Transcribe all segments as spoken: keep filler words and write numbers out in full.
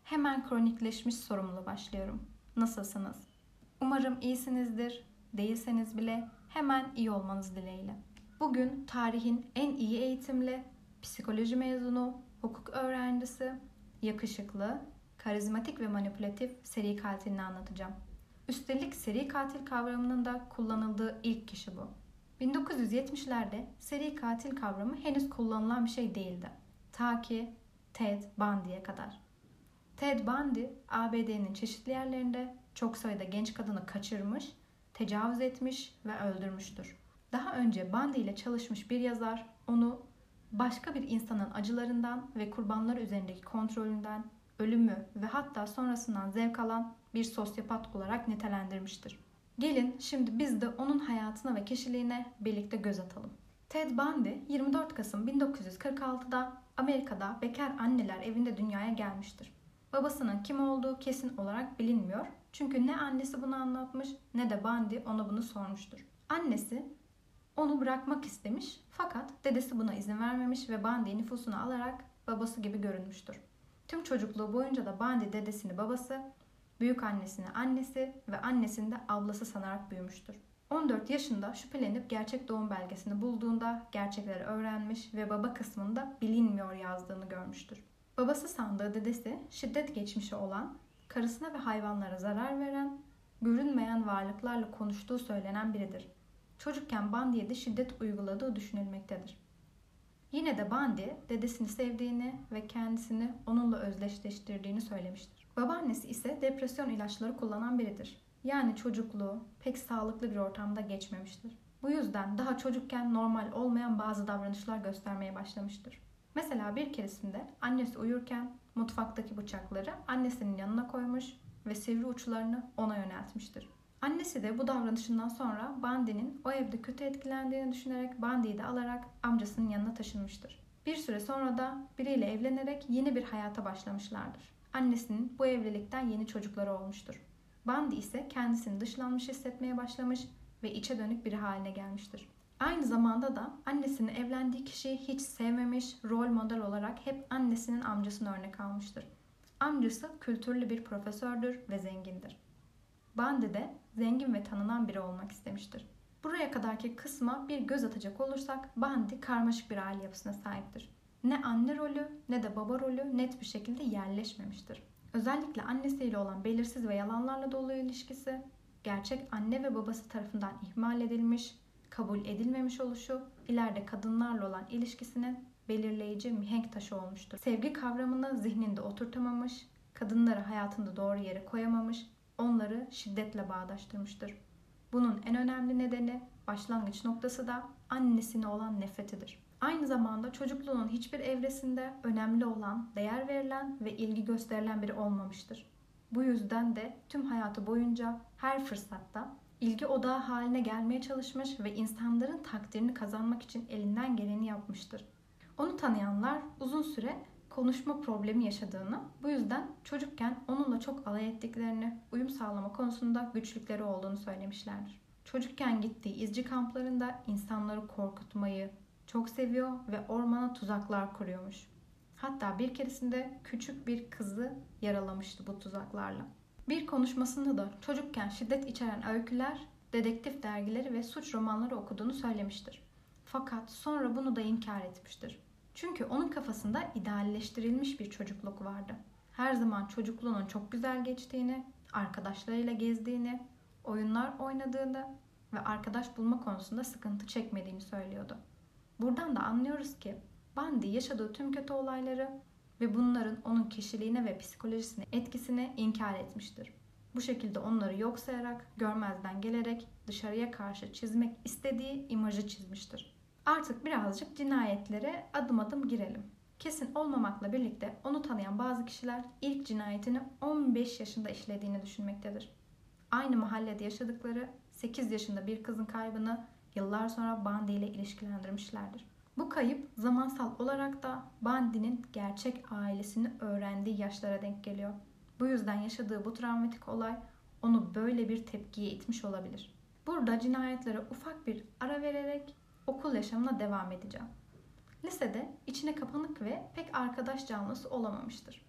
Hemen kronikleşmiş sorumla başlıyorum. Nasılsınız? Umarım iyisinizdir. Değilseniz bile hemen iyi olmanız dileğiyle. Bugün tarihin en iyi eğitimli, psikoloji mezunu, hukuk öğrencisi, yakışıklı, karizmatik ve manipülatif seri katilini anlatacağım. Üstelik seri katil kavramının da kullanıldığı ilk kişi bu. bin dokuz yüz yetmişlerde seri katil kavramı henüz kullanılan bir şey değildi. Ta ki Ted Bundy'ye kadar. Ted Bundy, A B D'nin çeşitli yerlerinde çok sayıda genç kadını kaçırmış, tecavüz etmiş ve öldürmüştür. Daha önce Bundy ile çalışmış bir yazar onu başka bir insanın acılarından ve kurbanlar üzerindeki kontrolünden, ölümü ve hatta sonrasından zevk alan bir sosyopat olarak nitelendirmiştir. Gelin şimdi biz de onun hayatına ve kişiliğine birlikte göz atalım. Ted Bundy yirmi dört Kasım bin dokuz yüz kırk altıda Amerika'da bekar anneler evinde dünyaya gelmiştir. Babasının kim olduğu kesin olarak bilinmiyor. Çünkü ne annesi bunu anlatmış ne de Bundy ona bunu sormuştur. Annesi onu bırakmak istemiş fakat dedesi buna izin vermemiş ve Bundy nüfusunu alarak babası gibi görünmüştür. Tüm çocukluğu boyunca da Bundy dedesini babası, büyük annesini annesi ve annesini de ablası sanarak büyümüştür. on dört yaşında şüphelenip gerçek doğum belgesini bulduğunda gerçekleri öğrenmiş ve baba kısmında bilinmiyor yazdığını görmüştür. Babası sandığı dedesi şiddet geçmişi olan, karısına ve hayvanlara zarar veren, görünmeyen varlıklarla konuştuğu söylenen biridir. Çocukken Bundy'ye de şiddet uyguladığı düşünülmektedir. Yine de Bundy dedesini sevdiğini ve kendisini onunla özdeşleştirdiğini söylemiştir. Babaannesi ise depresyon ilaçları kullanan biridir. Yani çocukluğu pek sağlıklı bir ortamda geçmemiştir. Bu yüzden daha çocukken normal olmayan bazı davranışlar göstermeye başlamıştır. Mesela bir keresinde annesi uyurken mutfaktaki bıçakları annesinin yanına koymuş ve sivri uçlarını ona yöneltmiştir. Annesi de bu davranışından sonra Bundy'nin o evde kötü etkilendiğini düşünerek Bundy'yi de alarak amcasının yanına taşınmıştır. Bir süre sonra da biriyle evlenerek yeni bir hayata başlamışlardır. Annesinin bu evlilikten yeni çocukları olmuştur. Bundy ise kendisini dışlanmış hissetmeye başlamış ve içe dönük biri haline gelmiştir. Aynı zamanda da annesinin evlendiği kişiyi hiç sevmemiş, rol model olarak hep annesinin amcasını örnek almıştır. Amcası kültürlü bir profesördür ve zengindir. Bundy de zengin ve tanınan biri olmak istemiştir. Buraya kadarki kısma bir göz atacak olursak Bundy karmaşık bir aile yapısına sahiptir. Ne anne rolü ne de baba rolü net bir şekilde yerleşmemiştir. Özellikle annesiyle olan belirsiz ve yalanlarla dolu ilişkisi, gerçek anne ve babası tarafından ihmal edilmiş, kabul edilmemiş oluşu, ileride kadınlarla olan ilişkisinin belirleyici mihenk taşı olmuştur. Sevgi kavramını zihninde oturtamamış, kadınları hayatında doğru yere koyamamış, onları şiddetle bağdaştırmıştır. Bunun en önemli nedeni, başlangıç noktası da annesine olan nefretidir. Aynı zamanda çocukluğunun hiçbir evresinde önemli olan, değer verilen ve ilgi gösterilen biri olmamıştır. Bu yüzden de tüm hayatı boyunca her fırsatta ilgi odağı haline gelmeye çalışmış ve insanların takdirini kazanmak için elinden geleni yapmıştır. Onu tanıyanlar uzun süre konuşma problemi yaşadığını, bu yüzden çocukken onunla çok alay ettiklerini, uyum sağlama konusunda güçlükleri olduğunu söylemişlerdir. Çocukken gittiği izci kamplarında insanları korkutmayı çok seviyor ve ormana tuzaklar kuruyormuş. Hatta bir keresinde küçük bir kızı yaralamıştı bu tuzaklarla. Bir konuşmasında da çocukken şiddet içeren öyküler, dedektif dergileri ve suç romanları okuduğunu söylemiştir. Fakat sonra bunu da inkar etmiştir. Çünkü onun kafasında idealleştirilmiş bir çocukluk vardı. Her zaman çocukluğunun çok güzel geçtiğini, arkadaşlarıyla gezdiğini, oyunlar oynadığını ve arkadaş bulma konusunda sıkıntı çekmediğini söylüyordu. Buradan da anlıyoruz ki Bundy yaşadığı tüm kötü olayları ve bunların onun kişiliğine ve psikolojisine etkisini inkar etmiştir. Bu şekilde onları yok sayarak, görmezden gelerek dışarıya karşı çizmek istediği imajı çizmiştir. Artık birazcık cinayetlere adım adım girelim. Kesin olmamakla birlikte onu tanıyan bazı kişiler ilk cinayetini on beş yaşında işlediğini düşünmektedir. Aynı mahallede yaşadıkları sekiz yaşında bir kızın kaybını yıllar sonra Bundy ile ilişkilendirmişlerdir. Bu kayıp zamansal olarak da Bundy'nin gerçek ailesini öğrendiği yaşlara denk geliyor. Bu yüzden yaşadığı bu travmatik olay onu böyle bir tepkiye itmiş olabilir. Burada cinayetlere ufak bir ara vererek okul yaşamına devam edeceğim. Lisede içine kapanık ve pek arkadaş canlısı olamamıştır.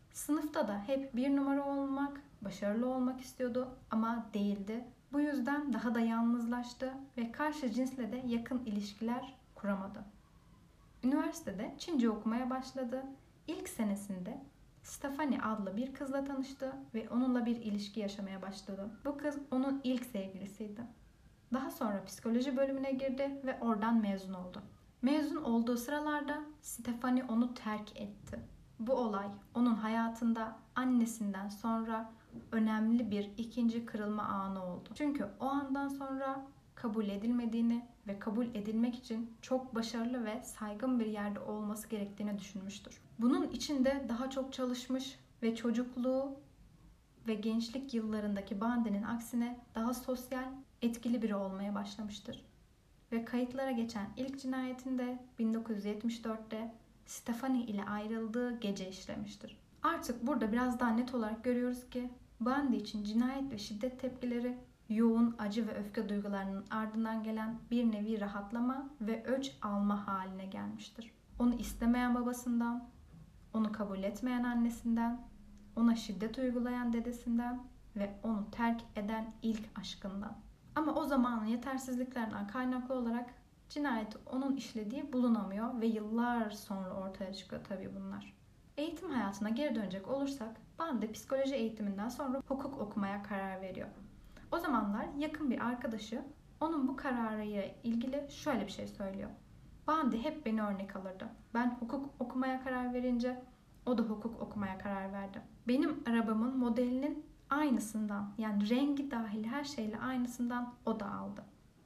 Sınıfta da hep bir numara olmak, başarılı olmak istiyordu ama değildi. Bu yüzden daha da yalnızlaştı ve karşı cinsle de yakın ilişkiler kuramadı. Üniversitede Çince okumaya başladı. İlk senesinde Stephanie adlı bir kızla tanıştı ve onunla bir ilişki yaşamaya başladı. Bu kız onun ilk sevgilisiydi. Daha sonra psikoloji bölümüne girdi ve oradan mezun oldu. Mezun olduğu sıralarda Stephanie onu terk etti. Bu olay onun hayatında annesinden sonra önemli bir ikinci kırılma anı oldu. Çünkü o andan sonra kabul edilmediğini ve kabul edilmek için çok başarılı ve saygın bir yerde olması gerektiğini düşünmüştür. Bunun için de daha çok çalışmış ve çocukluğu ve gençlik yıllarındaki Bundy'nin aksine daha sosyal, etkili biri olmaya başlamıştır. Ve kayıtlara geçen ilk cinayetinde bin dokuz yüz yetmiş dörtte Stephanie ile ayrıldığı gece işlemiştir. Artık burada biraz daha net olarak görüyoruz ki Bundy için cinayet ve şiddet tepkileri yoğun acı ve öfke duygularının ardından gelen bir nevi rahatlama ve öç alma haline gelmiştir. Onu istemeyen babasından, onu kabul etmeyen annesinden, ona şiddet uygulayan dedesinden ve onu terk eden ilk aşkından. Ama o zamanın yetersizliklerinden kaynaklı olarak cinayeti onun işlediği bulunamıyor ve yıllar sonra ortaya çıkıyor tabii bunlar. Eğitim hayatına geri dönecek olursak Bundy psikoloji eğitiminden sonra hukuk okumaya karar veriyor. O zamanlar yakın bir arkadaşı onun bu kararıyla ilgili şöyle bir şey söylüyor. Bundy hep beni örnek alırdı. Ben hukuk okumaya karar verince o da hukuk okumaya karar verdi. Benim arabamın modelinin aynısından, yani rengi dahil her şeyle aynısından o da aldı.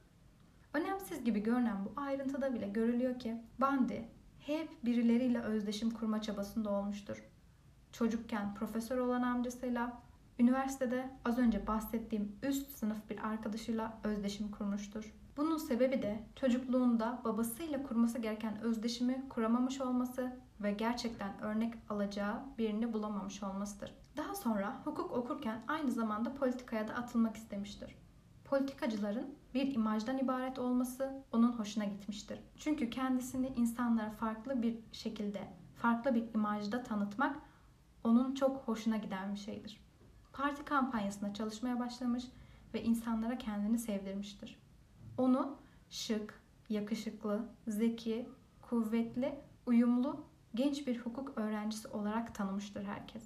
Önemsiz gibi görünen bu ayrıntıda bile görülüyor ki Bundy hep birileriyle özdeşim kurma çabasında olmuştur. Çocukken profesör olan amcasıyla, üniversitede az önce bahsettiğim üst sınıf bir arkadaşıyla özdeşim kurmuştur. Bunun sebebi de çocukluğunda babasıyla kurması gereken özdeşimi kuramamış olması ve gerçekten örnek alacağı birini bulamamış olmasıdır. Daha sonra hukuk okurken aynı zamanda politikaya da atılmak istemiştir. Politikacıların bir imajdan ibaret olması onun hoşuna gitmiştir. Çünkü kendisini insanlara farklı bir şekilde, farklı bir imajda tanıtmak onun çok hoşuna giden bir şeydir. Parti kampanyasında çalışmaya başlamış ve insanlara kendini sevdirmiştir. Onu şık, yakışıklı, zeki, kuvvetli, uyumlu, genç bir hukuk öğrencisi olarak tanımıştır herkes.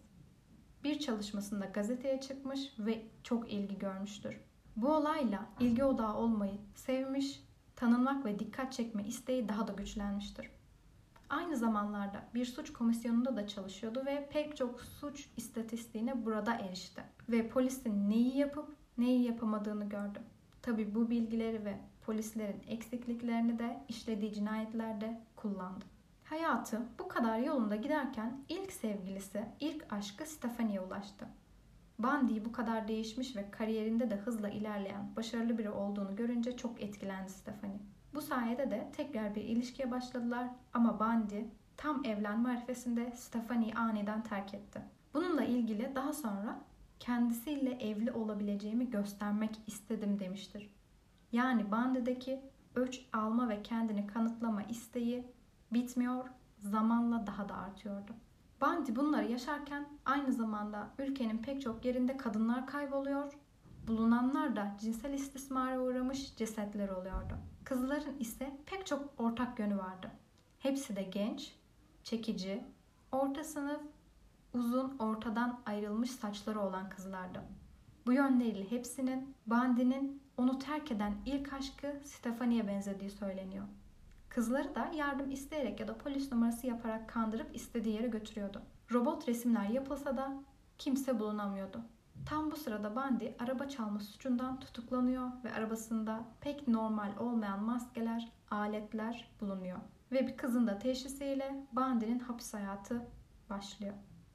Bir çalışmasında gazeteye çıkmış ve çok ilgi görmüştür. Bu olayla ilgi odağı olmayı sevmiş, tanınmak ve dikkat çekme isteği daha da güçlenmiştir. Aynı zamanlarda bir suç komisyonunda da çalışıyordu ve pek çok suç istatistiğine burada erişti. Ve polisin neyi yapıp neyi yapamadığını gördü. Tabii bu bilgileri ve polislerin eksikliklerini de işlediği cinayetlerde kullandı. Hayatı bu kadar yolunda giderken ilk sevgilisi, ilk aşkı Stephanie'ye ulaştı. Bundy bu kadar değişmiş ve kariyerinde de hızla ilerleyen, başarılı biri olduğunu görünce çok etkilendi Stephanie. Bu sayede de tekrar bir ilişkiye başladılar ama Bundy tam evlenme arifesinde Stephanie'yi aniden terk etti. Bununla ilgili daha sonra kendisiyle evli olabileceğimi göstermek istedim demiştir. Yani Bundy'deki öç alma ve kendini kanıtlama isteği bitmiyor, zamanla daha da artıyordu. Bundy bunları yaşarken aynı zamanda ülkenin pek çok yerinde kadınlar kayboluyor, bulunanlar da cinsel istismara uğramış cesetler oluyordu. Kızların ise pek çok ortak yönü vardı. Hepsi de genç, çekici, orta sınıf, uzun, ortadan ayrılmış saçları olan kızlardı. Bu yönleriyle hepsinin Bundy'nin onu terk eden ilk aşkı Stephanie'ye benzediği söyleniyor. Kızları da yardım isteyerek ya da polis numarası yaparak kandırıp istediği yere götürüyordu. Robot resimler yapılsa da kimse bulunamıyordu. Tam bu sırada Bundy araba çalma suçundan tutuklanıyor ve arabasında pek normal olmayan maskeler, aletler bulunuyor. Ve bir kızın da teşhisiyle Bundy'nin hapis hayatı başlıyor.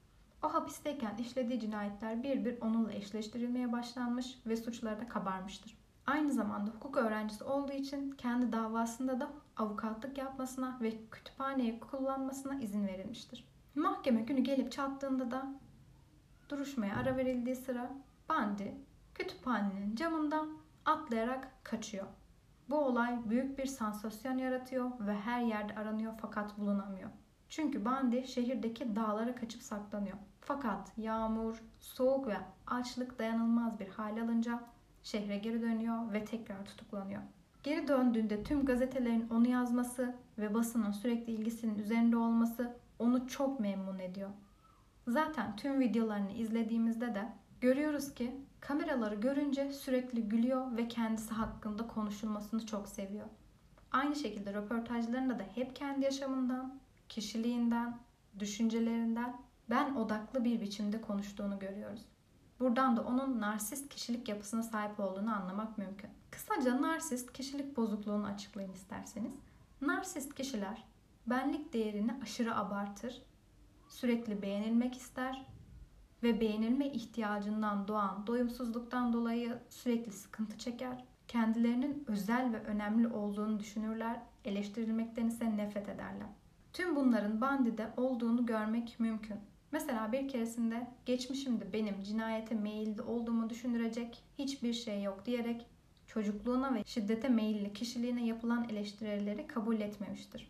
O hapisteyken işlediği cinayetler bir bir onunla eşleştirilmeye başlanmış ve suçları da kabarmıştır. Aynı zamanda hukuk öğrencisi olduğu için kendi davasında da avukatlık yapmasına ve kütüphaneyi kullanmasına izin verilmiştir. Mahkeme günü gelip çattığında da duruşmaya ara verildiği sıra Bundy kütüphanenin camından atlayarak kaçıyor. Bu olay büyük bir sansasyon yaratıyor ve her yerde aranıyor fakat bulunamıyor. Çünkü Bundy şehirdeki dağlara kaçıp saklanıyor. Fakat yağmur, soğuk ve açlık dayanılmaz bir hal alınca şehre geri dönüyor ve tekrar tutuklanıyor. Geri döndüğünde tüm gazetelerin onu yazması ve basının sürekli ilgisinin üzerinde olması onu çok memnun ediyor. Zaten tüm videolarını izlediğimizde de görüyoruz ki kameraları görünce sürekli gülüyor ve kendisi hakkında konuşulmasını çok seviyor. Aynı şekilde röportajlarında da hep kendi yaşamından, kişiliğinden, düşüncelerinden ben odaklı bir biçimde konuştuğunu görüyoruz. Buradan da onun narsist kişilik yapısına sahip olduğunu anlamak mümkün. Kısaca narsist kişilik bozukluğunu açıklayın isterseniz. Narsist kişiler benlik değerini aşırı abartır, sürekli beğenilmek ister ve beğenilme ihtiyacından doğan doyumsuzluktan dolayı sürekli sıkıntı çeker. Kendilerinin özel ve önemli olduğunu düşünürler, eleştirilmekten ise nefret ederler. Tüm bunların Bundy'de olduğunu görmek mümkün. Mesela bir keresinde geçmişimde benim cinayete meyilli olduğumu düşündürecek hiçbir şey yok diyerek çocukluğuna ve şiddete meyilli kişiliğine yapılan eleştirileri kabul etmemiştir.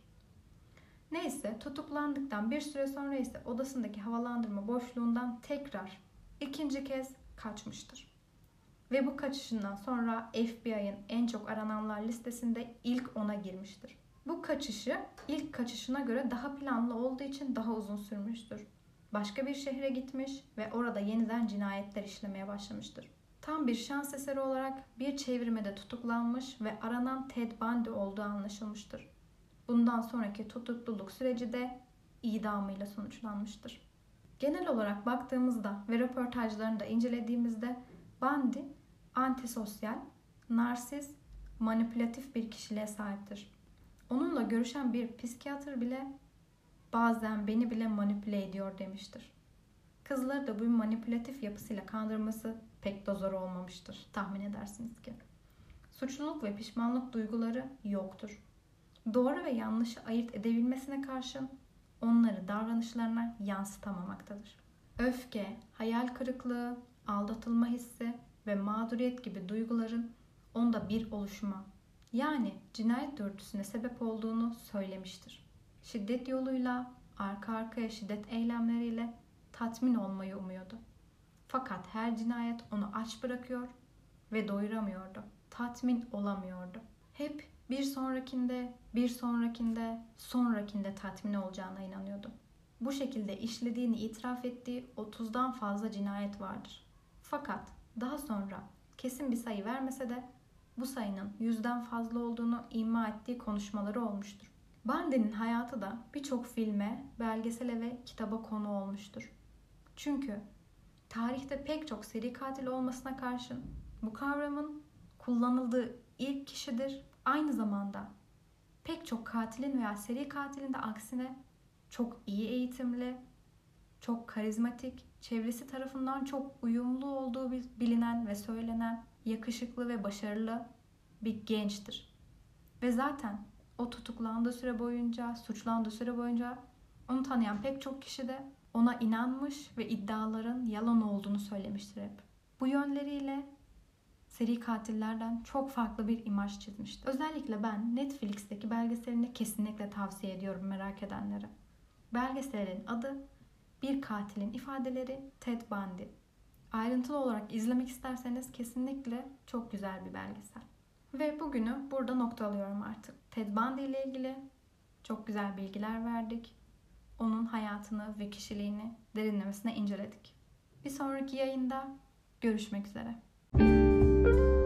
Neyse tutuklandıktan bir süre sonra ise odasındaki havalandırma boşluğundan tekrar ikinci kez kaçmıştır. Ve bu kaçışından sonra F B I'ın en çok arananlar listesinde ilk ona girmiştir. Bu kaçışı ilk kaçışına göre daha planlı olduğu için daha uzun sürmüştür. Başka bir şehre gitmiş ve orada yeniden cinayetler işlemeye başlamıştır. Tam bir şans eseri olarak bir çevirmede tutuklanmış ve aranan Ted Bundy olduğu anlaşılmıştır. Bundan sonraki tutukluluk süreci de idamıyla sonuçlanmıştır. Genel olarak baktığımızda ve röportajlarını da incelediğimizde Bundy antisosyal, narsist, manipülatif bir kişiliğe sahiptir. Onunla görüşen bir psikiyatr bile bazen beni bile manipüle ediyor demiştir. Kızları da bu manipülatif yapısıyla kandırması pek de zor olmamıştır tahmin edersiniz ki. Suçluluk ve pişmanlık duyguları yoktur. Doğru ve yanlışı ayırt edebilmesine karşın onları davranışlarına yansıtamamaktadır. Öfke, hayal kırıklığı, aldatılma hissi ve mağduriyet gibi duyguların onda bir oluşuma, yani cinayet dürtüsüne sebep olduğunu söylemiştir. Şiddet yoluyla, arka arkaya şiddet eylemleriyle tatmin olmayı umuyordu. Fakat her cinayet onu aç bırakıyor ve doyuramıyordu. Tatmin olamıyordu. Hep bir sonrakinde, bir sonrakinde, sonrakinde tatmin olacağına inanıyordu. Bu şekilde işlediğini itiraf ettiği otuzdan fazla cinayet vardır. Fakat daha sonra kesin bir sayı vermese de bu sayının yüzden fazla olduğunu ima ettiği konuşmaları olmuştur. Bundy'nin hayatı da birçok filme, belgesele ve kitaba konu olmuştur. Çünkü tarihte pek çok seri katil olmasına karşın bu kavramın kullanıldığı ilk kişidir. Aynı zamanda pek çok katilin veya seri katilin de aksine çok iyi eğitimli, çok karizmatik, çevresi tarafından çok uyumlu olduğu bilinen ve söylenen, yakışıklı ve başarılı bir gençtir. Ve zaten o tutuklandığı süre boyunca, suçlandığı süre boyunca onu tanıyan pek çok kişi de ona inanmış ve iddiaların yalan olduğunu söylemiştir hep. Bu yönleriyle seri katillerden çok farklı bir imaj çizmiştir. Özellikle ben Netflix'teki belgeselini kesinlikle tavsiye ediyorum merak edenlere. Belgeselin adı Bir Katilin İfadeleri Ted Bundy. Ayrıntılı olarak izlemek isterseniz kesinlikle çok güzel bir belgesel. Ve bugünü burada noktalıyorum artık. Ted Bundy ile ilgili çok güzel bilgiler verdik. Onun hayatını ve kişiliğini derinlemesine inceledik. Bir sonraki yayında görüşmek üzere.